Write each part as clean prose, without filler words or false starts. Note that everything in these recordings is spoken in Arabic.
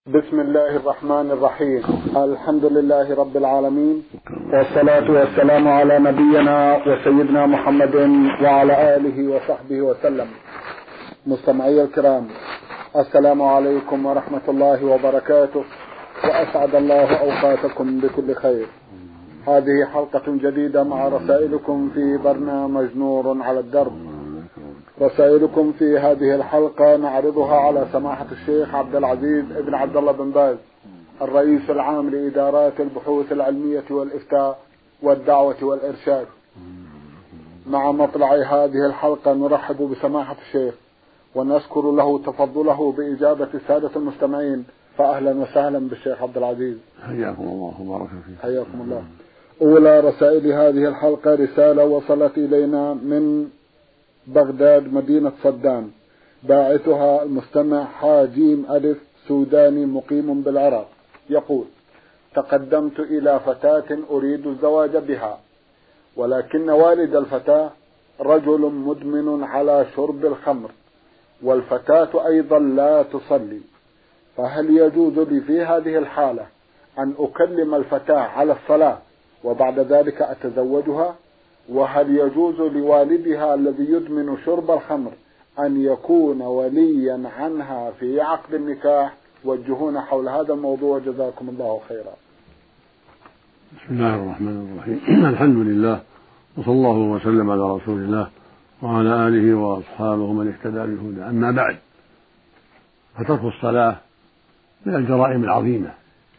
بسم الله الرحمن الرحيم. الحمد لله رب العالمين، والصلاة والسلام على نبينا وسيدنا محمد وعلى آله وصحبه وسلم. مستمعي الكرام، السلام عليكم ورحمة الله وبركاته، وأسعد الله أوقاتكم بكل خير. هذه حلقة جديدة مع رسائلكم في برنامج نور على الدرب. رسائلكم في هذه الحلقة نعرضها على سماحة الشيخ عبد العزيز ابن عبد الله بن باز، الرئيس العام لإدارات البحوث العلمية والإفتاء والدعوة والإرشاد. مع مطلع هذه الحلقة نرحب بسماحة الشيخ ونشكر له تفضله بإجابة السادة المستمعين، فأهلا وسهلا بالشيخ عبد العزيز. حياكم الله وبارك فيك. حياكم الله. أولى رسائل هذه الحلقة رسالة وصلت إلينا من بغداد مدينة صدان، باعثها المستمع حاجيم ألف سوداني مقيم بالعراق. يقول: تقدمت إلى فتاة أريد الزواج بها، ولكن والد الفتاة رجل مدمن على شرب الخمر، والفتاة أيضا لا تصلي، فهل يجوز لي في هذه الحالة أن أكلم الفتاة على الصلاة وبعد ذلك أتزوجها؟ وهل يجوز لوالدها الذي يدمن شرب الخمر أن يكون وليا عنها في عقد النكاح؟ وجهونا حول هذا الموضوع جزاكم الله خيرا. بسم الله الرحمن الرحيم. الحمد لله، وصلى الله وسلم على رسول الله وعلى آله وأصحابه من اهتدى بهداه. أما بعد، فترك الصلاة من الجرائم العظيمة،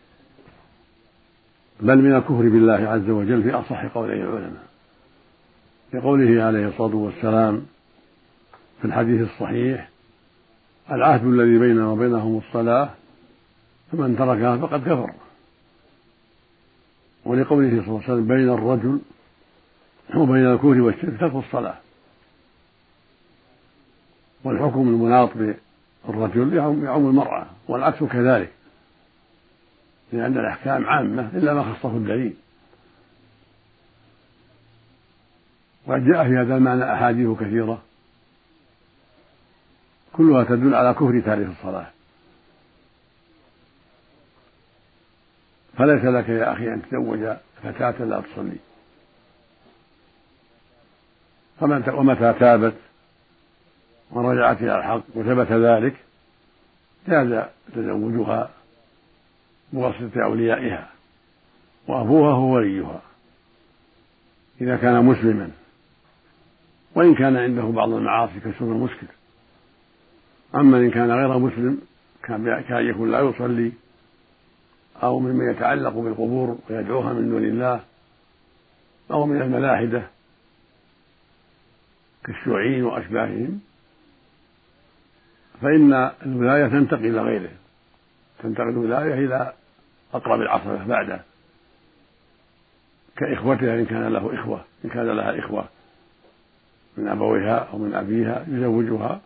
بل من الكفر بالله عز وجل في أصح قولي العلماء، لقوله عليه الصلاة والسلام في الحديث الصحيح: العهد الذي بيننا وبينهم الصلاة، فمن تركها فقد كفر. ولقوله صلى الله عليه وسلم: بين الرجل وبين الكفر والشرك ترك الصلاة. والحكم المناط بالرجل يعم المرأة، والعكس كذلك، لأن الأحكام عامة إلا ما خصه الدليل. وقد جاء في هذا المعنى أحاديث كثيرة كلها تدل على كفر تارك الصلاة. فليس لك يا أخي أن تتزوج فتاة لا تصلي، ومتى تابت ورجعت إلى الحق وثبت ذلك جاز تزوجها بواسطة أوليائها، وأبوها هو وليها إذا كان مسلما، وإن كان عنده بعض المعاصي كشرب المسكر. أما إن كان غير مسلم كان يكون لا يصلي أو ممن يتعلق بالقبور ويدعوها من دون الله، أو من الملاحدة كالشيوعيين وأشباههم، فإن الولاية تنتقل إلى غيره، تنتقل الولاية إلى أقرب العصبة بعده، كإخوتها إن كان له إخوة، إن كان لها إخوة من أبويها أو من أبيها يزوجها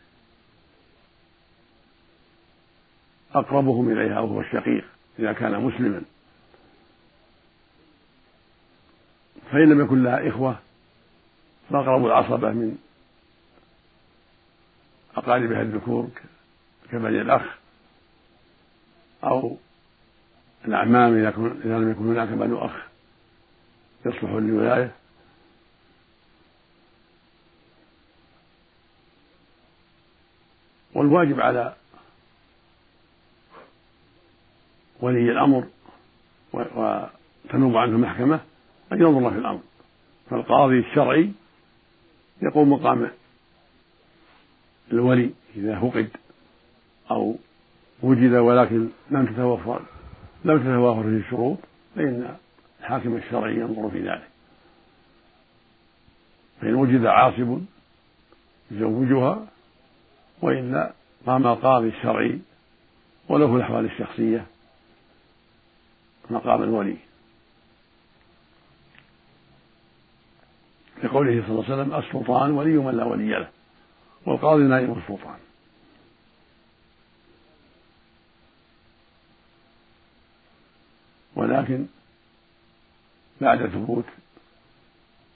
أقربهم إليها وهو الشقيق إذا كان مسلما. فإن لم يكن لها إخوة فأقرب العصبة من أقاربها الذكور كبني الأخ أو الأعمام إذا لم يكن هناك بنو أخ يصلح للولاية. والواجب على ولي الأمر وتنوب عنه المحكمة أن ينظر في الأمر، فالقاضي الشرعي يقوم مقام الولي إذا فقد أو وجد ولكن لم تتوفر فيه الشروط، فإن الحاكم الشرعي ينظر في ذلك، فإن وجد عاصب يزوجها، وإلا قام القاضي الشرعي وله في الأحوال الشخصية مقام الولي، لقوله صلى الله عليه وسلم: السلطان ولي من لا ولي له، والقاضي نائب السلطان. ولكن بعد ثبوت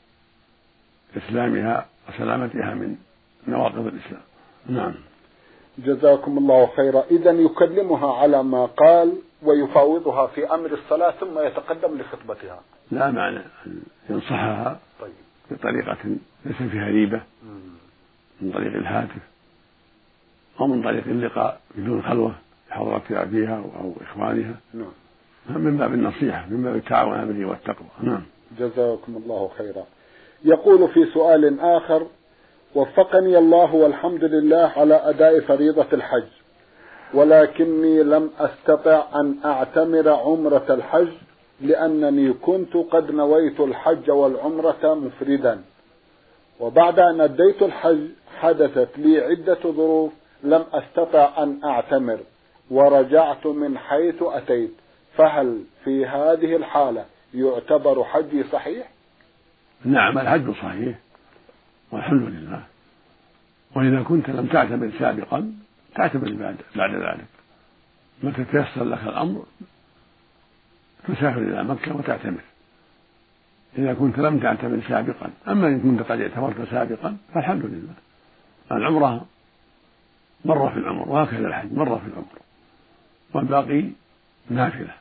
إسلامها وسلامتها من نواقض الإسلام. نعم. جزاكم الله خيرا. إذا يكلمها على ما قال ويفاوضها في أمر الصلاة ثم يتقدم لخطبتها. لا معنى أن ينصحها بطريقة ليس فيها ريبة، من طريق الهاتف أو من طريق اللقاء بدون خلوة بحضرة أبيها أو إخوانها، من باب النصيحة، من باب التعاون على البر والتقوى. نعم. جزاكم الله خيرا. يقول في سؤال آخر: وفقني الله والحمد لله على أداء فريضة الحج، ولكني لم أستطع أن أعتمر عمرة الحج لأنني كنت قد نويت الحج والعمرة مفردا، وبعد أن أديت الحج حدثت لي عدة ظروف لم أستطع أن أعتمر ورجعت من حيث أتيت، فهل في هذه الحالة يعتبر حجي صحيح؟ نعم، الحج صحيح والحمد لله. وإذا كنت لم تعتمر سابقا تعتمر بعد ذلك، متى تيسر لك الأمر تسافر إلى مكة وتعتمر إذا كنت لم تعتمر سابقا. أما إن كنت قد اعتمرت سابقا فالحمد لله، العمرة مرة في العمر، وهكذا الحج مرة في العمر، والباقي نافلة.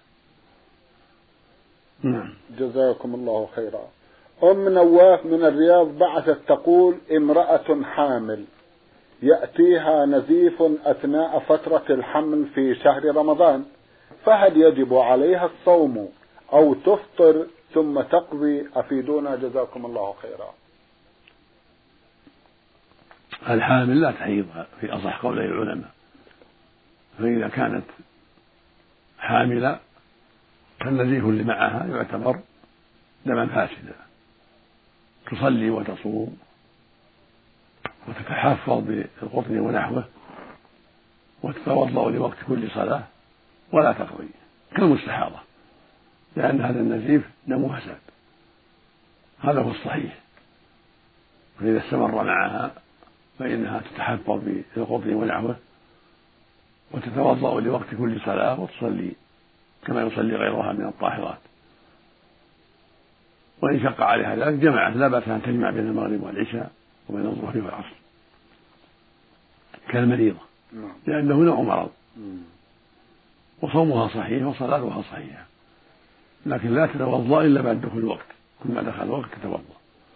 نعم. جزاكم الله خيرا. أم نواف من الرياض بعثت تقول: امرأة حامل يأتيها نزيف أثناء فترة الحمل في شهر رمضان، فهل يجب عليها الصوم أو تفطر ثم تقضي؟ أفيدونا جزاكم الله خيرا. الحامل لا تحيض في أصح قولي العلماء، فإذا كانت حاملة فالنزيف اللي معها يعتبر دما فاسدا، تصلي وتصوم وتتحفظ بالقطن ونحوه وتتوضأ لوقت كل صلاة ولا تقضي كالمستحاضة، لأن هذا النزيف دم فساد، هذا هو الصحيح. فإذا استمر معها فإنها تتحفظ بالقطن ونحوه وتتوضأ لوقت كل صلاة وتصلي كما يصلي غيرها من الطاهرات. وإن شق عليها ذلك جمعت، لا بأس أن تجمع بين المغرب والعشاء وبين الظهر والعصر كالمريضة، لأنه نوع مرض، وصومها صحيح وصلاتها صحيحة، لكن لا تتوضأ إلا بعد دخول الوقت، كل ما دخل الوقت تتوضأ.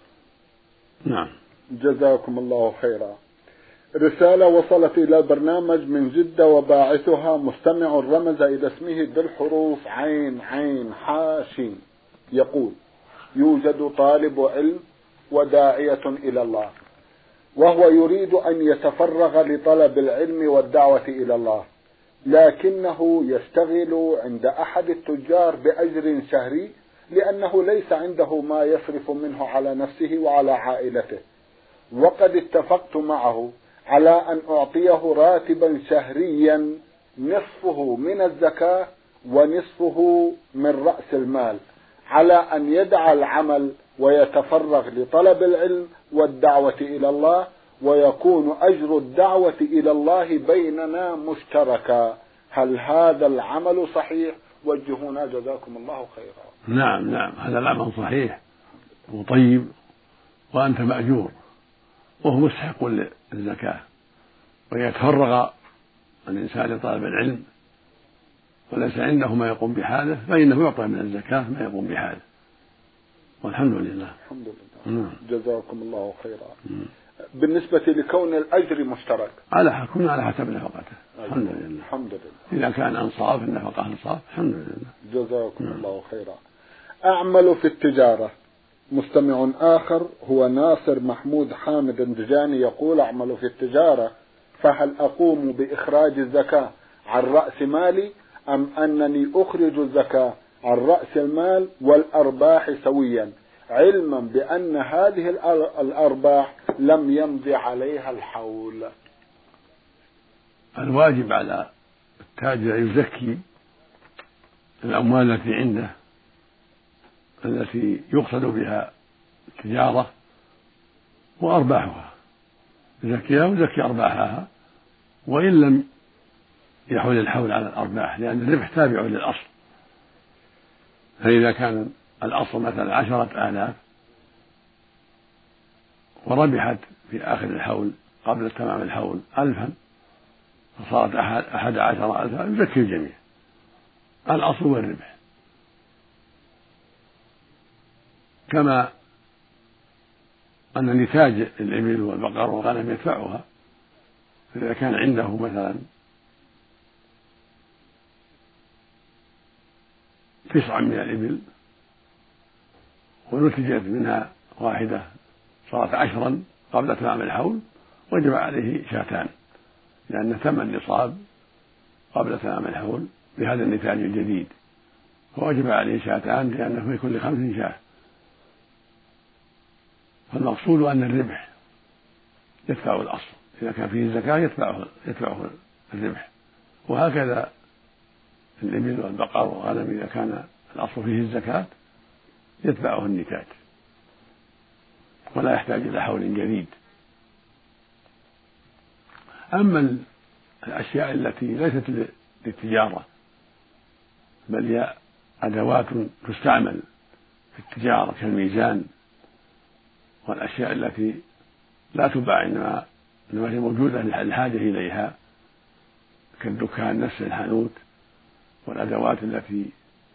نعم. جزاكم الله خيرا. رسالة وصلت إلى البرنامج من جدة وباعثها مستمع رمز إلى اسمه بالحروف عين عين حاشين، يقول: يوجد طالب علم وداعية إلى الله، وهو يريد أن يتفرغ لطلب العلم والدعوة إلى الله، لكنه يشتغل عند أحد التجار بأجر شهري لأنه ليس عنده ما يصرف منه على نفسه وعلى عائلته، وقد اتفقت معه على أن أعطيه راتبا شهريا نصفه من الزكاة ونصفه من رأس المال، على أن يدع العمل ويتفرغ لطلب العلم والدعوة إلى الله، ويكون أجر الدعوة إلى الله بيننا مشتركا. هل هذا العمل صحيح؟ وجهونا جزاكم الله خيرا. نعم، هذا العمل صحيح وطيب، وأنت مأجور، وهو مستحق للزكاة. ويتفرغ الإنسان لطلب العلم وليس عنده ما يقوم بحاله فإنه يعطى من الزكاة ما يقوم بحاله، والحمد لله. الحمد لله. جزاكم الله خيرا. بالنسبة لكون الأجر مشترك على حسب نفقته. الحمد لله. الحمد لله. إذا كان أنصاف النفقة أنصاف الحمد لله. جزاكم الله خيرا. أعمل في التجارة. مستمع آخر هو ناصر محمود حامد الدجاني يقول: أعمل في التجارة، فهل أقوم بإخراج الزكاة عن رأس مالي أم أنني أخرج الزكاة عن رأس المال والأرباح سويا، علما بأن هذه الأرباح لم يمضي عليها الحول؟ الواجب على التاجر يزكي الأموال التي عنده التي يقصد بها التجارة وأرباحها، يزكيها ويزكي أرباحها وإن لم يحول الحول على الأرباح، لأن الربح تابع للأصل. فإذا كان الأصل مثلا 10,000 وربحت في آخر الحول قبل تمام الحول 1000، فصارت 11,000 يزكي الجميع. الأصل هو الربح، كما أن نتاج الإبل والبقر والغنم يدفعها. فإذا كان عنده مثلا 9 من الإبل ونتجت منها واحدة صارت 10 قبل تمام الحول، وجب عليه شاتان، لأن تم النصاب قبل تمام الحول بهذا النتاج الجديد، فوجب عليه شاتان لأنه في كل 5 شاة. فالمقصود أن الربح يدفع الأصل، إذا كان فيه الزكاة يدفعه الربح، وهكذا الإبل والبقر والغنم إذا كان الأصل فيه الزكاة يتبعه النتاج ولا يحتاج إلى حول جديد. أما الأشياء التي ليست للتجارة بل هي أدوات تستعمل في التجارة كالميزان والأشياء التي لا تباع إنما هي موجودة للحاجة إليها كالدكان نفس الحانوت والأدوات التي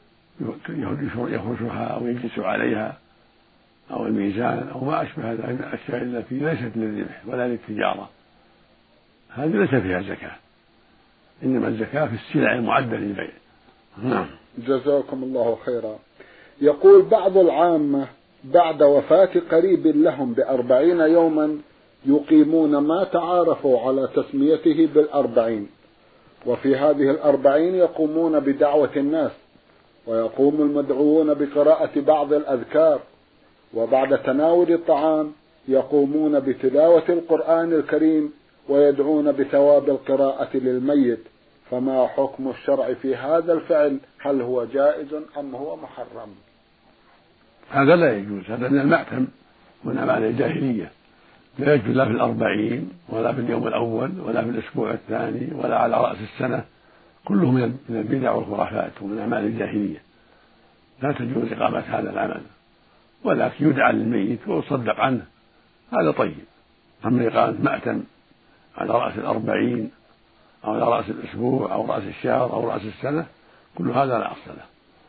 يفرشها أو يجلس عليها أو الميزان أو ما أشبه ذلك من الأشياء التي ليست للربح ولا للتجارة، هذه ليس فيها زكاة، إنما الزكاة في السلع المعدة للبيع. نعم. جزاكم الله خيرا. يقول بعض العامة بعد وفاة قريب لهم ب40 يوما يقيمون ما تعارفوا على تسميته بال40، وفي هذه 40 يقومون بدعوة الناس، ويقوم المدعوون بقراءة بعض الأذكار، وبعد تناول الطعام يقومون بتلاوة القرآن الكريم ويدعون بثواب القراءة للميت، فما حكم الشرع في هذا الفعل؟ هل هو جائز أم هو محرم؟ هذا لا يجوز، هذا من المأثم ومن أعمال الجاهلية، لا يجوز لا في 40 ولا في اليوم الأول ولا في الأسبوع الثاني ولا على رأس السنة، كله من البدع والخرافات ومن أعمال الجاهلية، لا تجوز إقامة هذا العمل، ولكن يدعى للميت ويصدق عنه، هذا طيب. أما إقامة مأتم على رأس 40 أو على رأس الأسبوع أو رأس الشهر أو رأس السنة، كل هذا لا أصل له.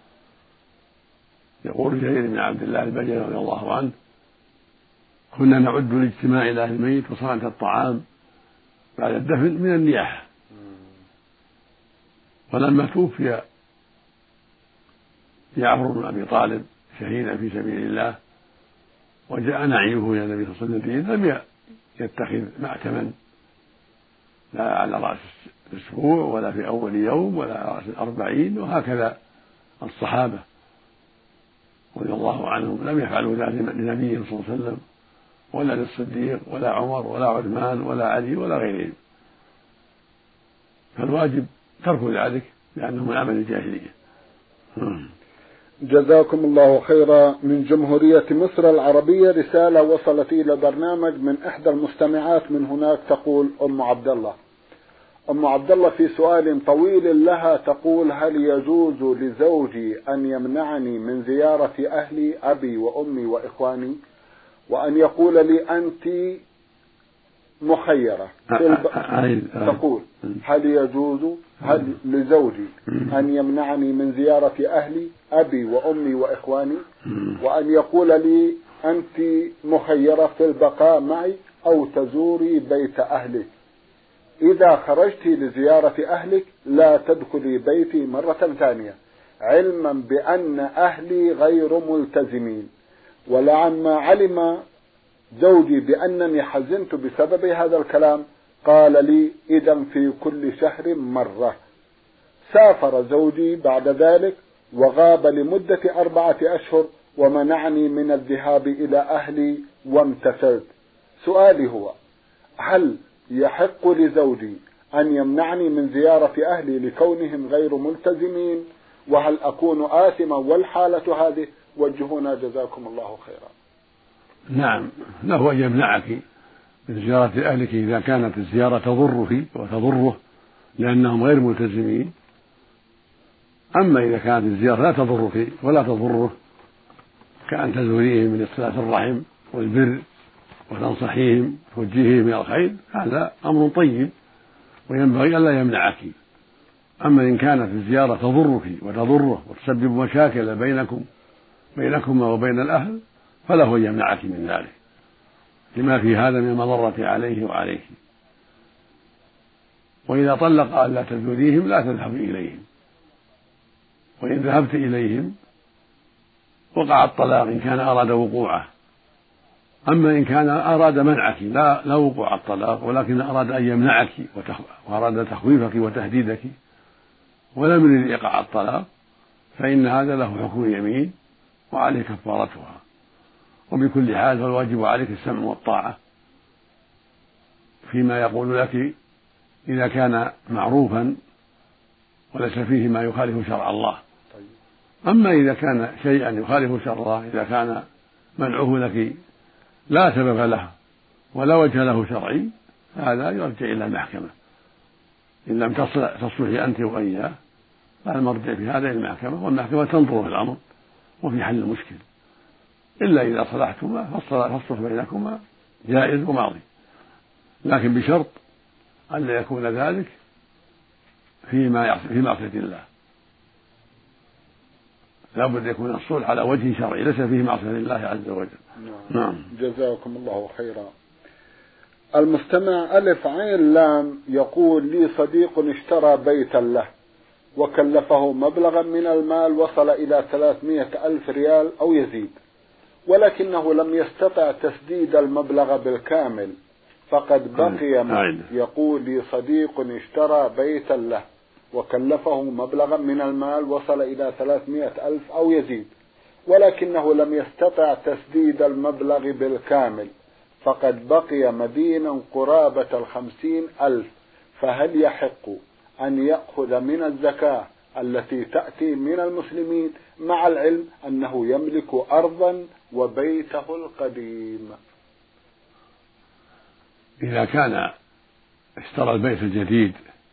يقول جرير بن عبد الله البجلي رضي الله عنه: كنا نعد الاجتماع إلى أهل الميت وصنعة الطعام بعد الدفن من النياحة. ولما توفي جعفر بن أبي طالب شهيدا في سبيل الله وجاء نعيه إلى النبي صلى الله عليه وسلم لم يتخذ مأتما لا على رأس الأسبوع ولا في أول يوم ولا على رأس 40، وهكذا الصحابة رضي الله عنهم لم يفعلوا ذلك لنبي صلى الله عليه وسلم ولا للصديق ولا عمر ولا عثمان ولا علي ولا غيرهم، فالواجب ترك ذلك لأنه من عمل الجاهلية. جزاكم الله خيرا. من جمهورية مصر العربية رسالة وصلت إلى برنامج من إحدى المستمعات من هناك، تقول أم عبد الله في سؤال طويل لها تقول: هل يجوز لزوجي أن يمنعني من زيارة أهلي أبي وأمي وإخواني، وأن يقول لي أنت مخيرة؟ تقول: هل يجوز لزوجي أن يمنعني من زيارة أهلي أبي وأمي وإخواني، وأن يقول لي أنت مخيرة في البقاء معي أو تزوري بيت أهلك؟ إذا خرجت لزيارة أهلك لا تدخلي بيتي مرة ثانية، علما بأن أهلي غير ملتزمين، ولعما علم زوجي بأنني حزنت بسبب هذا الكلام قال لي: إذا في كل شهر مرة. سافر زوجي بعد ذلك وغاب لمدة 4 أشهر ومنعني من الذهاب إلى أهلي وامتثلت. سؤالي هو: هل يحق لزوجي أن يمنعني من زيارة أهلي لكونهم غير ملتزمين، وهل أكون آثما والحالة هذه؟ وجهونا جزاكم الله خيرا. نعم، له أن يمنعك من زيارة أهلك إذا كانت الزيارة تضرك وتضره لأنهم غير ملتزمين. أما إذا كانت الزيارة لا تضرك ولا تضره كأن تزوريهم من صلة الرحم والبر وتنصحيهم توجهيهم إلى الخير، هذا أمر طيب وينبغي ألا يمنعك. أما إن كانت الزيارة تضرك وتضره وتسبب مشاكل بينكما وبين الأهل فله أن يمنعك من ذلك لما في هذا من المضرة عليه وعليك. وإذا طلق ألا تزوريهم لا تذهبي إليهم، وإن ذهبت إليهم وقع الطلاق إن كان أراد وقوعه. أما إن كان أراد منعك لا وقوع الطلاق ولكن أراد أن يمنعك وأراد تخويفك وتهديدك ولم يرد إيقاع الطلاق فإن هذا له حكم يمين وعليه كفارتها. وبكل حال فالواجب عليك السمع والطاعة فيما يقول لك إذا كان معروفا وليس فيه ما يخالف شرع الله. أما إذا كان شيئا يخالف شرع الله، إذا كان منعه لك لا سبب له ولا وجه له شرعي فهذا يرجع إلى المحكمة. إن لم تصلحي أنت وإياه فالمرجع في هذا إلى المحكمة، والمحكمة تنظر في الأمر وفي حل المشكل. إلا إذا صلحتما فالصلح بينكما جائز وماضي، لكن بشرط أن لا يكون ذلك في معصية الله. لا بد يكون الصلح على وجه شرعي ليس فيه معصية الله عز وجل. نعم. جزاكم الله خيرا. المستمع ألف عين لام يقول: لي صديق اشترى بيتا له وكلفه مبلغا من المال وصل إلى 300,000 ريال أو يزيد، ولكنه لم يستطع تسديد المبلغ بالكامل فقد بقي. يقول: لي صديق اشترى بيتا له وكلفه مبلغا من المال وصل إلى 300,000 أو يزيد، ولكنه لم يستطع تسديد المبلغ بالكامل فقد بقي مدينا قرابة 50,000، فهل يحق أن يأخذ من الزكاة التي تأتي من المسلمين مع العلم أنه يملك أرضا وبيته القديم؟ إذا كان اشترى البيت الجديد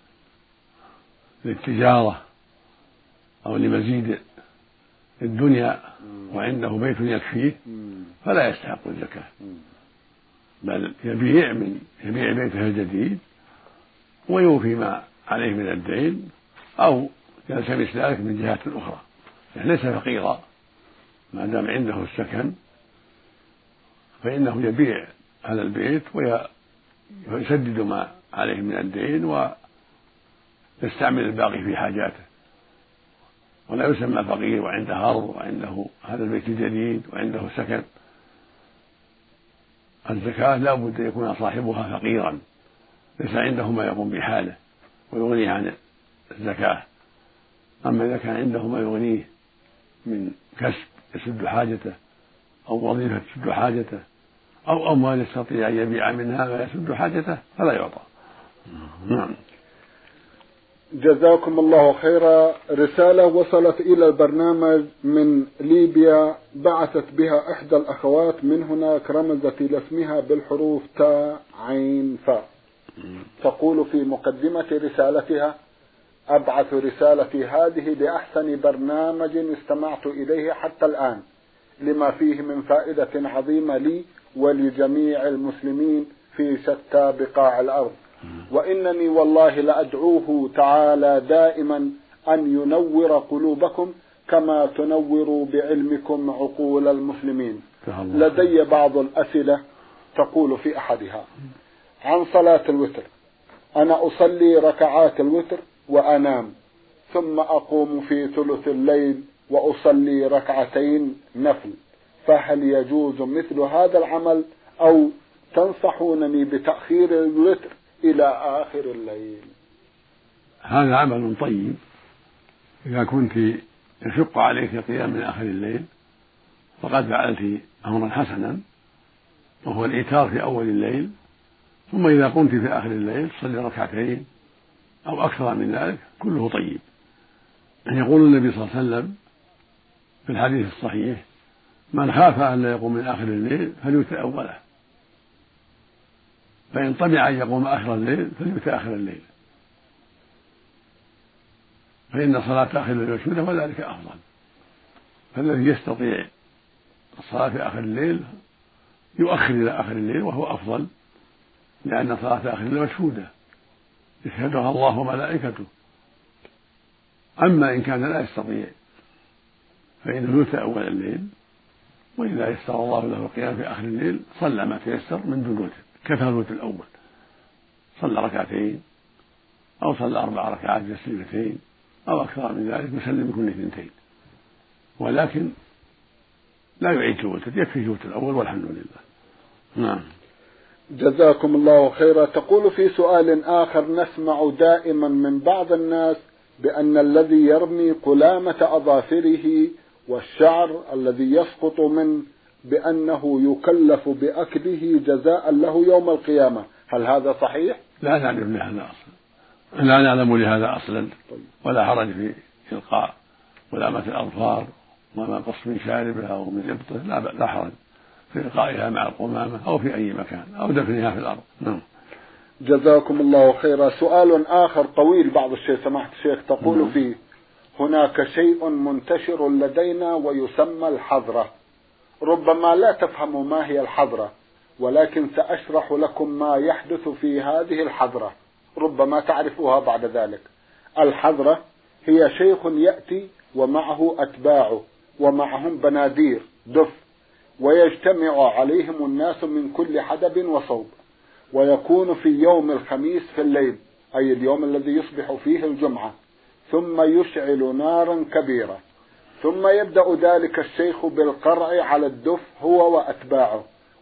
للتجارة أو لمزيد الدنيا وعنده بيت يكفيه فلا يستحق الزكاة، بل يبيع بيته الجديد ويوفي ما عليه من الدين أو يلتمس ذلك من جهات أخرى، يعني ليس فقيرا ما دام عنده السكن، فإنه يبيع هذا البيت ويسدد ما عليه من الدين ويستعمل الباقي في حاجاته، ولا يسمى فقير وعنده أرض وعنده هذا البيت الجديد وعنده سكن. الزكاة لا بد أن يكون صاحبها فقيرا ليس عنده ما يقوم بحاله ويغنيه عن الزكاة. أما إذا كان عنده ما يغنيه من كسب يسد حاجته أو وظيفة تسد حاجته أو أموال يستطيع أن يبيع منها ما يسد حاجته فلا يعطى. نعم. جزاكم الله خيرا. رسالة وصلت إلى البرنامج من ليبيا بعثت بها إحدى الأخوات من هناك، رمزت إلى اسمها بالحروف تاء عين فاء. تقول في مقدمة رسالتها: أبعث رسالتي هذه لأحسن برنامج استمعت إليه حتى الآن لما فيه من فائدة عظيمة لي ولجميع المسلمين في شتى بقاع الأرض، وإنني والله لأدعوه تعالى دائما أن ينور قلوبكم كما تنوروا بعلمكم عقول المسلمين. لدي بعض الأسئلة. تقول في أحدها: عن صلاة الوتر، أنا أصلي ركعات الوتر وأنام ثم أقوم في ثلث الليل وأصلي ركعتين نفل، فهل يجوز مثل هذا العمل أو تنصحونني بتأخير الوتر إلى آخر الليل؟ هذا عمل طيب إذا كنت يشق عليك القيام من آخر الليل فقد فعلت أمرا حسنا، وهو الإيتار في أول الليل، ثم إذا قمت في آخر الليل تصلي ركعتين أو أكثر من ذلك كله طيب. يقول النبي صلى الله عليه وسلم في الحديث الصحيح: من خاف أن لا يقوم من آخر الليل فليؤتي أوله، فإن طمع أن يقوم آخر الليل فليؤتي آخر الليل، فإن صلاة آخر الليل مشهودة وذلك أفضل. فالذي يستطيع الصلاة في آخر الليل يؤخر إلى آخر الليل وهو أفضل، لأن صلاة آخر الليل مشهودة يشهدها الله وملائكته. أما إن كان لا يستطيع فإنه يوتر أول الليل، وإذا يسر الله له القيام في آخر الليل صلى ما تيسر من دون وتر، كفى الوتر الأول، صلى ركعتين أو صلى 4 ركعات تسليمتين أو أكثر من ذلك يسلم كل 2، ولكن لا يعيد الوتر، يكفي الوتر الأول والحمد لله. نعم. جزاكم الله خيرا. تقول في سؤال آخر: نسمع دائما من بعض الناس بأن الذي يرمي قلامة أظافره والشعر الذي يسقط منه بأنه يكلف بأكله جزاء له يوم القيامة، هل هذا صحيح؟ لا نعلم لهذا أصلا، لا نعلم لهذا أصلا، ولا حرج في إلقاء قلامة الأظفار وما قص من شاربها أو من إبطه، لا حرج في إلقائها مع القمامة أو في أي مكان أو دفنها في الأرض. نعم. جزاكم الله خيرا. سؤال آخر طويل بعض الشيء سماحة الشيخ، تقول فيه: هناك شيء منتشر لدينا ويسمى الحضرة، ربما لا تفهموا ما هي الحضرة، ولكن سأشرح لكم ما يحدث في هذه الحضرة، ربما تعرفوها بعد ذلك. الحضرة هي شيخ يأتي ومعه أتباعه ومعهم بنادير دف، ويجتمع عليهم الناس من كل حدب وصوب، ويكون في يوم الخميس في الليل، أي اليوم الذي يصبح فيه الجمعة، ثم يشعل نارا كبيرة، ثم يبدأ ذلك الشيخ بالقرع على الدف هو وأتباعه،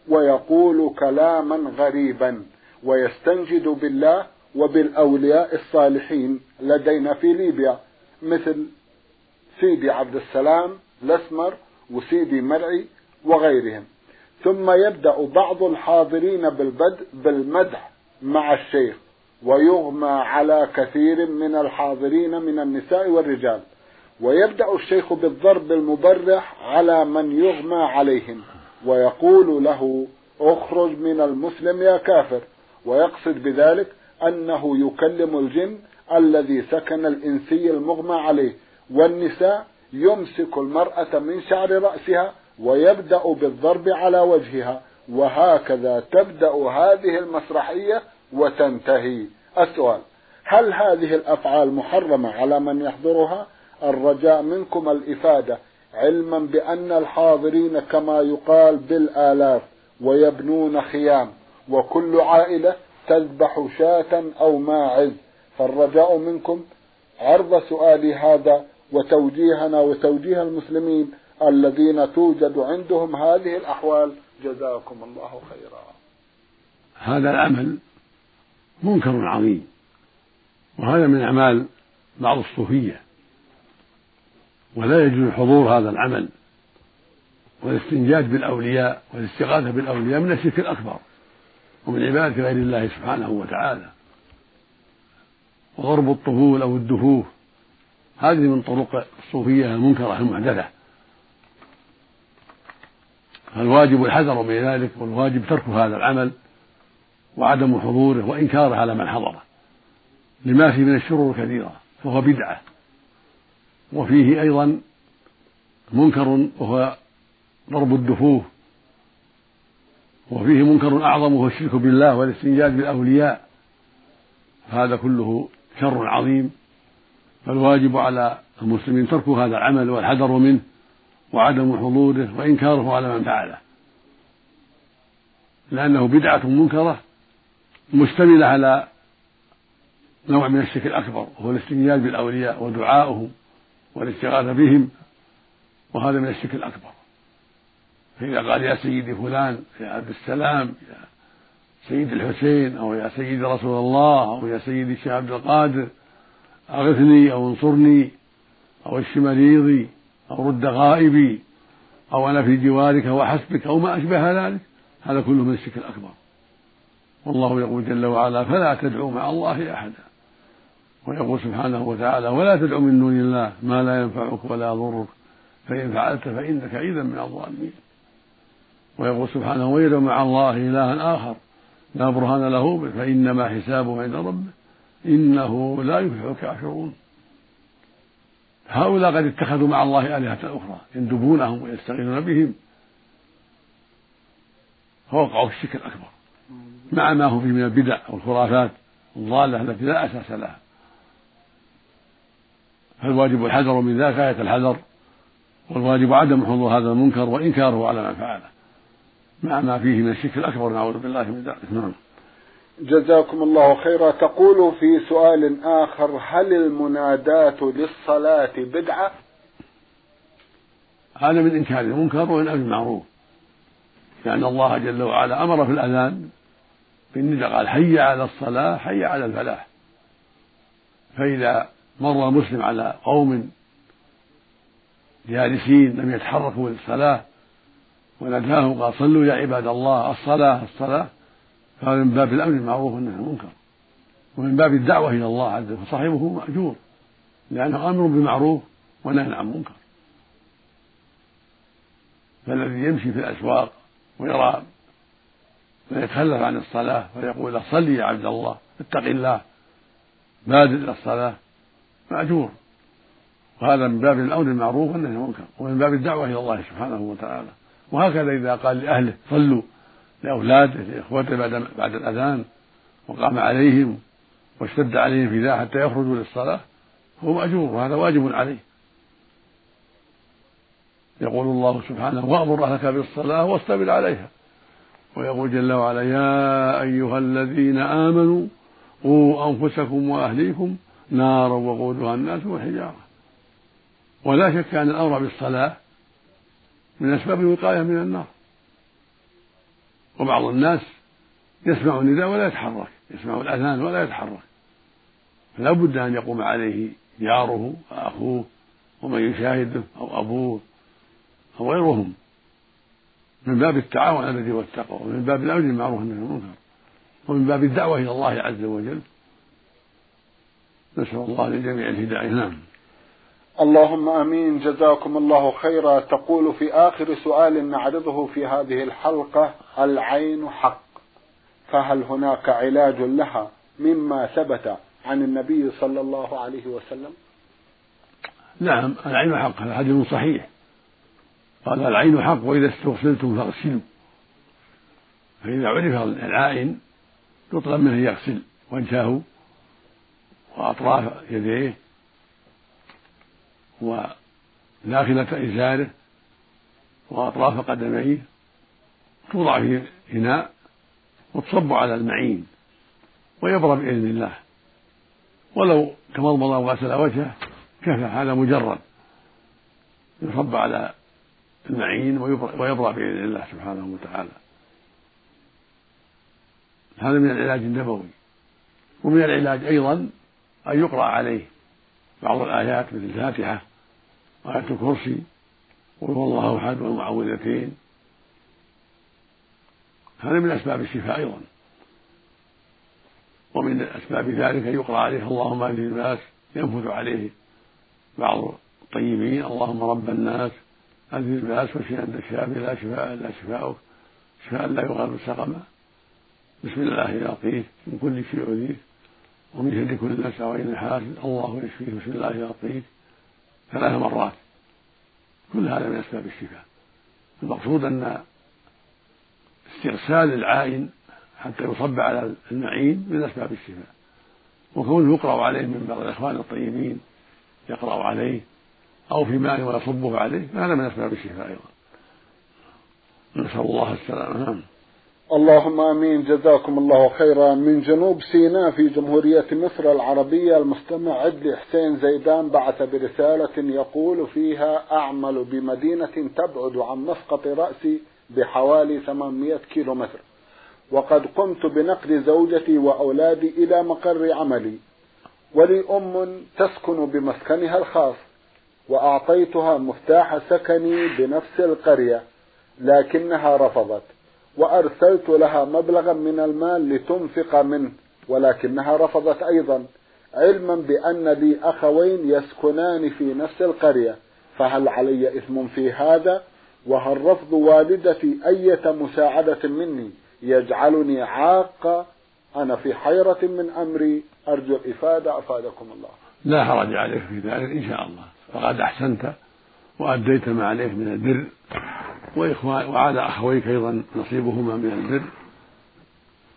ويقول كلاما غريبا، ويستنجد بالله وبالأولياء الصالحين لدينا في ليبيا، مثل سيدي عبد السلام الأسمر وسيدي مرعي وغيرهم. ثم يبدأ بعض الحاضرين بالمدح مع الشيخ، ويغمى على كثير من الحاضرين من النساء والرجال، ويبدأ الشيخ بالضرب المبرح على من يغمى عليهم، ويقول له: اخرج من المسلم يا كافر، ويقصد بذلك أنه يكلم الجن الذي سكن الإنسي المغمى عليه. والنساء يمسك المرأة من شعر رأسها ويبدأ بالضرب على وجهها، وهكذا تبدأ هذه المسرحية وتنتهي. السؤال: هل هذه الأفعال محرمة على من يحضرها؟ الرجاء منكم الإفادة، علما بأن الحاضرين كما يقال بالآلاف ويبنون خيام، وكل عائلة تذبح شاة أو ماعز، فالرجاء منكم عرض سؤالي هذا وتوجيهنا وتوجيه المسلمين الذين توجد عندهم هذه الأحوال، جزاكم الله خيرا. هذا العمل منكر عظيم، وهذا من أعمال بعض الصوفية، ولا يجوز حضور هذا العمل، والاستنجاد بالأولياء والاستغاثة بالأولياء من الشرك الأكبر ومن عبادة غير الله سبحانه وتعالى. وضرب الطبول أو الدفوف هذه من طرق الصوفية المنكرة المحدثة، فالواجب الحذر من ذلك، والواجب ترك هذا العمل وعدم حضوره وإنكاره على من حضره، لما فيه من الشرور الكثيرة، فهو بدعة. وفيه أيضا منكر وهو ضرب الدفوف، وفيه منكر أعظم وهو الشرك بالله والاستنجاد بالأولياء، هذا كله شر عظيم، فالواجب على المسلمين ترك هذا العمل والحذر منه وعدم حضوره وإنكاره على من فعله، لأنه بدعة منكرة مشتملة على نوع من الشرك الأكبر، وهو الاستنجاد بالأولياء ودعاؤهم والاستغاثة بهم، وهذا من الشرك الأكبر. فإذا قال: يا سيدي فلان، يا عبد السلام، يا سيد الحسين، أو يا سيدي رسول الله، أو يا سيدي الشيخ عبد القادر، أغثني أو انصرني، أو اشف مريضي، أو رد غائبي، أو أنا في جوارك وحسبك، أو ما أشبه ذلك، هذا كله من الشرك الأكبر. والله يقول جل وعلا: فلا تدعوا مع الله أحدا، ويقول سبحانه وتعالى: ولا تدعوا من دون الله ما لا ينفعك ولا يضرك، فإن فعلت فإنك إذا من الظالمين. ويقول سبحانه: ويدعو مع الله إلها آخر لا برهان له فإنما حسابه عند ربه إنه لا يفلح الكافرون. هؤلاء قد اتخذوا مع الله آلهة أخرى يندبونهم ويستغيثون بهم، فوقعوا في الشرك الأكبر مع ما هو فيه من البدع والخرافات الضالة التي لا أساس لها، فالواجب الحذر من ذلك غاية الحذر، والواجب عدم حضور هذا المنكر وإنكاره على من فعله مع ما فيه من الشرك الأكبر، نعوذ بالله من ذلك. نعم. جزاكم الله خيرا. تقول في سؤال آخر: هل المنادات للصلاة بدعة؟ هذا من إنكار المنكر ومن أمر المعروف، لأن الله جل وعلا أمر في الأذان بالنداء، قال: حي على الصلاة حي على الفلاح. فإذا مر مسلم على قوم جالسين لم يتحركوا للصلاة وناداهم قال: صلوا يا عباد الله، الصلاة الصلاة، فهذا من باب الأمر بالمعروف والنهي عن المنكر، ومن باب الدعوة إلى الله عز وجل، فصاحبه مأجور لأنه أمر بالمعروف ونهي عن المنكر. فالذي يمشي في الأسواق ويرى من يتخلف عن الصلاة فيقول: صل يا عبد الله، اتق الله، بادر إلى الصلاة، مأجور. وهذا من باب الأمر بالمعروف والنهي عن المنكر، ومن باب الدعوة إلى الله سبحانه وتعالى. وهكذا إذا قال لأهله: صلوا، لأولاده لإخوته بعد الأذان، وقام عليهم واشتد عليهم في ذا حتى يخرجوا للصلاة، هو مأجور، وهذا واجب عليه. يقول الله سبحانه: وأمر أهلك بالصلاة واصطبر عليها. ويقول جل وعلا: يا أيها الذين آمنوا قوا أنفسكم وأهليكم نارا وقودها الناس والحجارة. ولا شك أن الأمر بالصلاة من أسباب الوقاية من النار. وبعض الناس يسمع النداء ولا يتحرك، يسمع الأذان ولا يتحرك، فلا بد أن يقوم عليه جاره وأخوه ومن يشاهده أو أبوه أو غيرهم، من باب التعاون على البر والتقوى، ومن باب الأمر بالمعروف والنهي عن المنكر، ومن باب الدعوة إلى الله عز وجل. نسأل الله للجميع الهداية. نعم. اللهم آمين. جزاكم الله خيرا. تقول في آخر سؤال نعرضه في هذه الحلقة: العين حق، فهل هناك علاج لها مما ثبت عن النبي صلى الله عليه وسلم؟ نعم، العين حق، هذا حديث صحيح، قال: العين حق، وإذا استغسلتم فاغسلوا. فإذا عرف العائن يطلب منه يغسل وجهه وأطراف يديه وداخلة إزاره وأطراف قدميه، توضع في إناء وتصب على المعين ويبرى بإذن الله، ولو تمضمض وغسل وجهه كفى، هذا مجرد، يصب على المعين ويبرى بإذن الله سبحانه وتعالى. هذا من العلاج النبوي. ومن العلاج أيضا أن يقرأ عليه بعض الآيات مثل الفاتحة وآية الكرسي وقل هو الله أحد والمعوذتين، هذا من أسباب الشفاء أيضا. ومن أسباب ذلك أن يقرأ عليه اللهم أذهب الباس، ينفث عليه بعض الطيبين: اللهم رب الناس أذهب الباس واشف أنت الشافي لا شفاء إلا شفاؤك شفاء لا يغادر سقما، بسم الله يعطيك من كل شيء يؤذيك ومن شر كل نفس وعين حاسد، الله يشفيك بسم الله يعطيك 3 مرات. كل هذا من أسباب الشفاء. المقصود أن استغسال العائن حتى يصب على المعين من أسباب الشفاء، وكونه يقرأ عليه من بعض الإخوان الطيبين يقرأ عليه أو في ماء ويصبه عليه، هذا من أسباب الشفاء أيضا. نسأل الله السلامة. اللهم آمين. جزاكم الله خيرا. من جنوب سيناء في جمهورية مصر العربية، المستمع عدلي حسين زيدان بعث برسالة يقول فيها: أعمل بمدينة تبعد عن مسقط رأسي بحوالي 800 كيلومتر، وقد قمت بنقل زوجتي وأولادي إلى مقر عملي، ولي أم تسكن بمسكنها الخاص، وأعطيتها مفتاح سكني بنفس القرية، لكنها رفضت، وأرسلت لها مبلغا من المال لتنفق منه، ولكنها رفضت أيضا، علما بأن لي أخوين يسكنان في نفس القرية، فهل علي إثم في هذا؟ وهل رفض والدتي أية مساعدة مني يجعلني عاقة؟ أنا في حيرة من أمري، أرجو الإفادة أفادكم الله. لا حرج عليك في ذلك إن شاء الله، فقد أحسنت وأديت ما عليك من البر، وعلى أخويك أيضا نصيبهما من البر،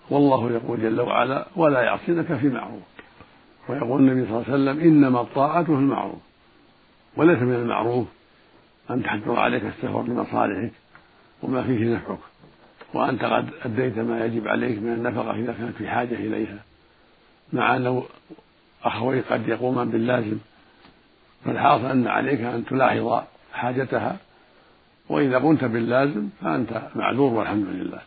والله يقول جل وعلا ولا يعصينك في معروف. ويقول النبي صلى الله عليه وسلم إنما الطاعة في المعروف. وليس من المعروف أن تحضر عليك السفر لمصالحك وما فيه نفعك وأنت قد أديت ما يجب عليك من النفقة إذا كانت في حاجة إليها، مع أن أخويك قد يقومان باللازم، فالحاصل أن عليك أن تلاحظ حاجتها، وإذا قمت باللازم فأنت معذور والحمد لله.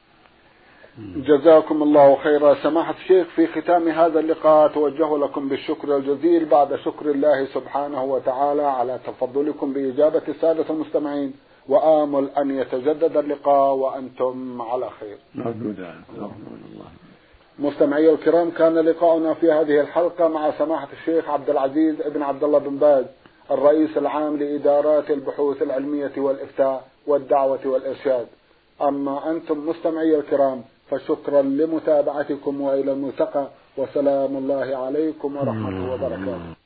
جزاكم الله خيرا. سماحة الشيخ، في ختام هذا اللقاء توجه لكم بالشكر الجزيل بعد شكر الله سبحانه وتعالى على تفضلكم بإجابة السادة المستمعين، وآمل أن يتجدد اللقاء وأنتم على خير. مستمعي الكرام، كان لقاؤنا في هذه الحلقة مع سماحة الشيخ عبد العزيز ابن عبد الله بن باز، الرئيس العام لإدارات البحوث العلمية والإفتاء والدعوة والإرشاد. أما أنتم مستمعي الكرام فشكرا لمتابعتكم وإلى الملتقى، وسلام الله عليكم ورحمته وبركاته.